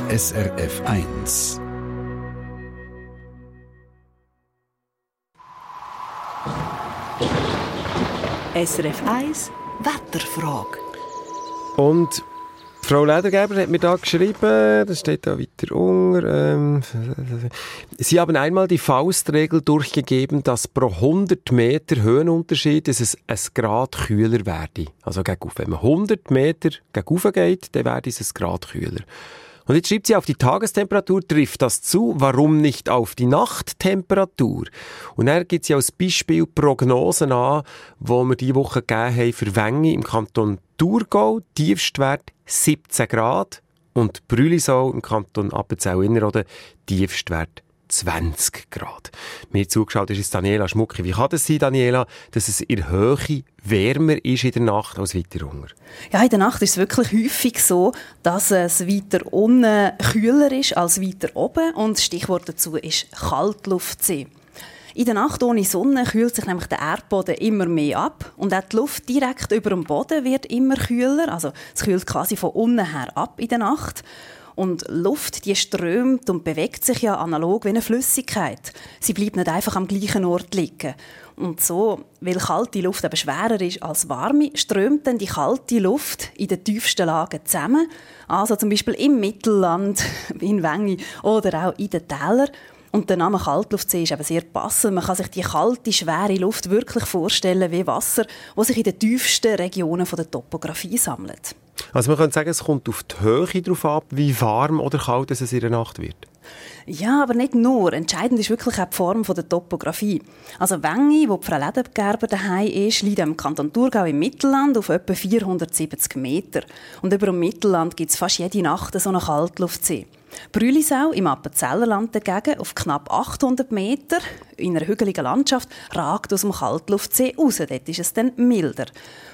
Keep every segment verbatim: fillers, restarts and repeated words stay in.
S R F eins. S R F eins Wetterfrage. Und Frau Ledergerber hat mir da geschrieben, das steht da weiter unter, ähm, Sie haben einmal die Faustregel durchgegeben, dass pro hundert Meter Höhenunterschied es ein Grad kühler werde. Also gegenauf. Wenn man hundert Meter gegenauf geht, dann werde es ein Grad kühler. Und jetzt schreibt sie, auf die Tagestemperatur trifft das zu, warum nicht auf die Nachttemperatur? Und dann gibt sie als Beispiel Prognosen an, die wir diese Woche gegeben haben für Wengi im Kanton Thurgau, Tiefstwert siebzehn Grad, und Brülisau im Kanton Appenzell-Innerrhoden, Tiefstwert zwanzig Grad. Mir zugeschaut ist jetzt Daniela Schmucki. Wie kann das sein, Daniela, dass es in der Höhe wärmer ist in der Nacht als weiter unten? Ja, in der Nacht ist es wirklich häufig so, dass es weiter unten kühler ist als weiter oben. Und das Stichwort dazu ist Kaltluftsee. In der Nacht ohne Sonne kühlt sich nämlich der Erdboden immer mehr ab und auch die Luft direkt über dem Boden wird immer kühler. Also es kühlt quasi von unten her ab in der Nacht. Und Luft, die strömt und bewegt sich ja analog wie eine Flüssigkeit. Sie bleibt nicht einfach am gleichen Ort liegen. Und so, weil kalte Luft eben schwerer ist als warme, strömt dann die kalte Luft in den tiefsten Lagen zusammen. Also zum Beispiel im Mittelland, in Wengi oder auch in den Tälern. Und der Name Kaltluftsee ist eben sehr passend. Man kann sich die kalte, schwere Luft wirklich vorstellen wie Wasser, das sich in den tiefsten Regionen der Topografie sammelt. Also man könnte sagen, es kommt auf die Höhe darauf ab, wie warm oder kalt es in der Nacht wird. Ja, aber nicht nur. Entscheidend ist wirklich auch die Form der Topografie. Also Wengi, wo Frau Ledergerber daheim ist, liegt im Kanton Thurgau im Mittelland auf etwa vierhundertsiebzig Meter. Und über dem Mittelland gibt es fast jede Nacht so einen Kaltluftsee. Brülisau im Appenzellerland dagegen auf knapp achthundert Meter in einer hügeligen Landschaft ragt aus dem Kaltluftsee raus. Dort ist es dann milder.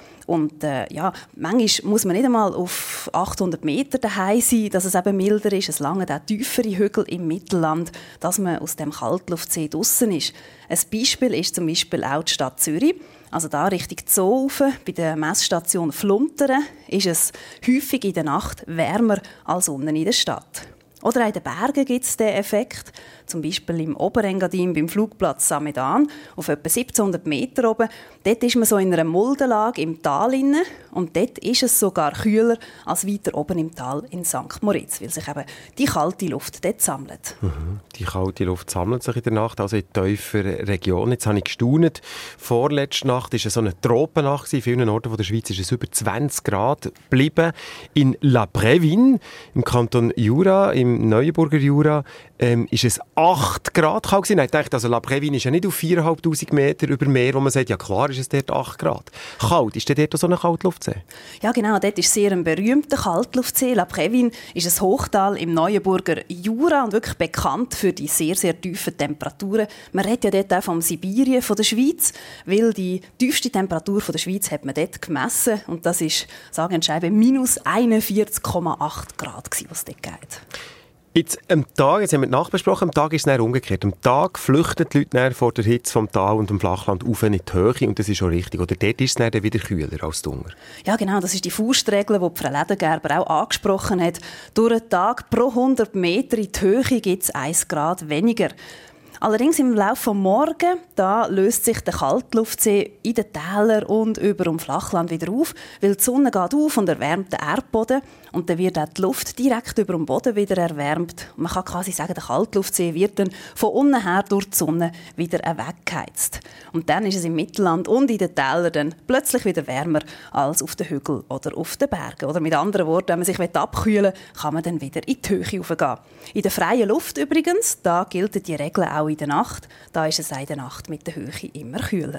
Und äh, ja, manchmal muss man nicht einmal auf achthundert Meter daheim sein, dass es eben milder ist. Es langen auch tiefere Hügel im Mittelland, dass man aus dem Kaltluftsee draussen ist. Ein Beispiel ist zum Beispiel auch die Stadt Zürich. Also da Richtung Zoo rauf, bei der Messstation Flunteren, ist es häufig in der Nacht wärmer als unten in der Stadt. Oder auch in den Bergen gibt es diesen Effekt. Zum Beispiel im Oberengadin beim Flugplatz Samedan auf etwa siebzehnhundert Meter oben. Dort ist man so in einer Muldenlage im Tal inne und dort ist es sogar kühler als weiter oben im Tal in Sankt Moritz, weil sich eben die kalte Luft dort sammelt. Mhm. Die kalte Luft sammelt sich in der Nacht, also in tieferen Regionen. Jetzt habe ich gestaunt. Vorletzte Nacht war es so eine Tropennacht. In vielen Orten der Schweiz ist es über zwanzig Grad geblieben. In La Brévine, im Kanton Jura, im Neuenburger Jura, ähm, ist es acht Grad kalt gewesen. Ich dachte, also La Brévine ist ja nicht auf viertausendfünfhundert Meter über Meer, wo man sagt, ja klar ist es dort acht Grad. Kalt, ist dort so ein Kaltluftsee? Ja genau, dort ist sehr ein berühmter Kaltluftsee. La Brévine ist ein Hochtal im Neuenburger Jura und wirklich bekannt für die sehr, sehr tiefen Temperaturen. Man redet ja dort auch vom Sibirien von der Schweiz, weil die tiefste Temperatur von der Schweiz hat man dort gemessen und das ist, sagen und schreiben, minus einundvierzig Komma acht Grad gewesen, was dort geht. Jetzt am Tag, jetzt haben wir nachbesprochen, am Tag ist es dann umgekehrt. Am Tag flüchten die Leute dann vor der Hitze vom Tal und dem Flachland auf in die Höhe und das ist schon richtig. Oder dort ist es dann wieder kühler als drunter. Ja genau, das ist die Faustregel, die Frau Ledergerber auch angesprochen hat. Durch einen Tag pro hundert Meter in die Höhe gibt es ein Grad weniger. Allerdings im Laufe des Morgens, da löst sich der Kaltluftsee in den Tälern und über dem Flachland wieder auf, weil die Sonne geht auf und erwärmt den Erdboden und dann wird auch die Luft direkt über dem Boden wieder erwärmt. Man kann quasi sagen, der Kaltluftsee wird dann von unten her durch die Sonne wieder weggeheizt. Und dann ist es im Mittelland und in den Tälern dann plötzlich wieder wärmer als auf den Hügeln oder auf den Bergen. Oder mit anderen Worten, wenn man sich abkühlen will, kann man dann wieder in die Höhe raufgehen. In der freien Luft übrigens, da gilt die Regel auch in der Nacht. Da ist es in der Nacht mit der Höhe immer kühler.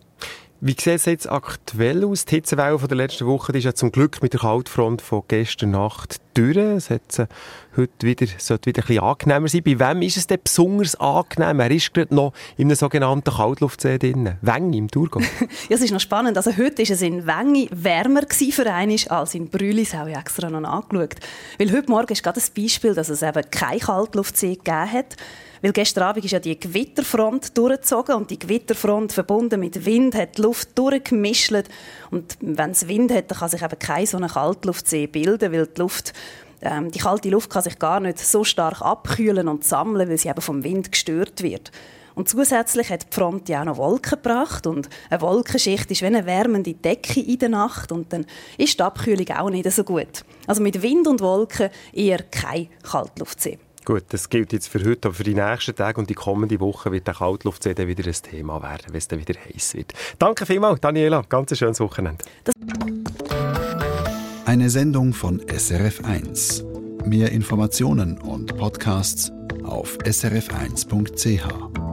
Wie sieht es jetzt aktuell aus? Die Hitzewelle von der letzten Woche die ist ja zum Glück mit der Kaltfront von gestern Nacht durch. Es hat äh, heute wieder, sollte wieder ein bisschen angenehmer sein. Bei wem ist es denn besonders angenehm? Er ist gerade noch in einem sogenannten Kaltluftsee drin. Wengi im Thurgau. Ja, es ist noch spannend. Also heute war es in Wengi wärmer für einmal als in Brülisau. Ich habe extra noch angeschaut. Weil heute Morgen ist gerade das Beispiel, dass es eben keinen Kaltluftsee gegeben hat. Weil gestern Abend ist ja die Gewitterfront durchgezogen und die Gewitterfront verbunden mit Wind hat die Luft durchgemischt. Und wenn es Wind hat, dann kann sich eben kein so ein Kaltluftsee bilden, weil die Luft Ähm, die kalte Luft kann sich gar nicht so stark abkühlen und sammeln, weil sie eben vom Wind gestört wird. Und zusätzlich hat die Front ja auch noch Wolken gebracht. Und eine Wolkenschicht ist wie eine wärmende Decke in der Nacht. Und dann ist die Abkühlung auch nicht so gut. Also mit Wind und Wolken eher keine Kaltluftsee. Gut, das gilt jetzt für heute, aber für die nächsten Tage und die kommende Woche wird der Kaltluftsee dann wieder ein Thema werden, wenn es dann wieder heiß wird. Danke vielmals, Daniela. Ganz ein schönes Wochenende. Das Eine Sendung von S R F eins. Mehr Informationen und Podcasts auf s r f eins punkt c h.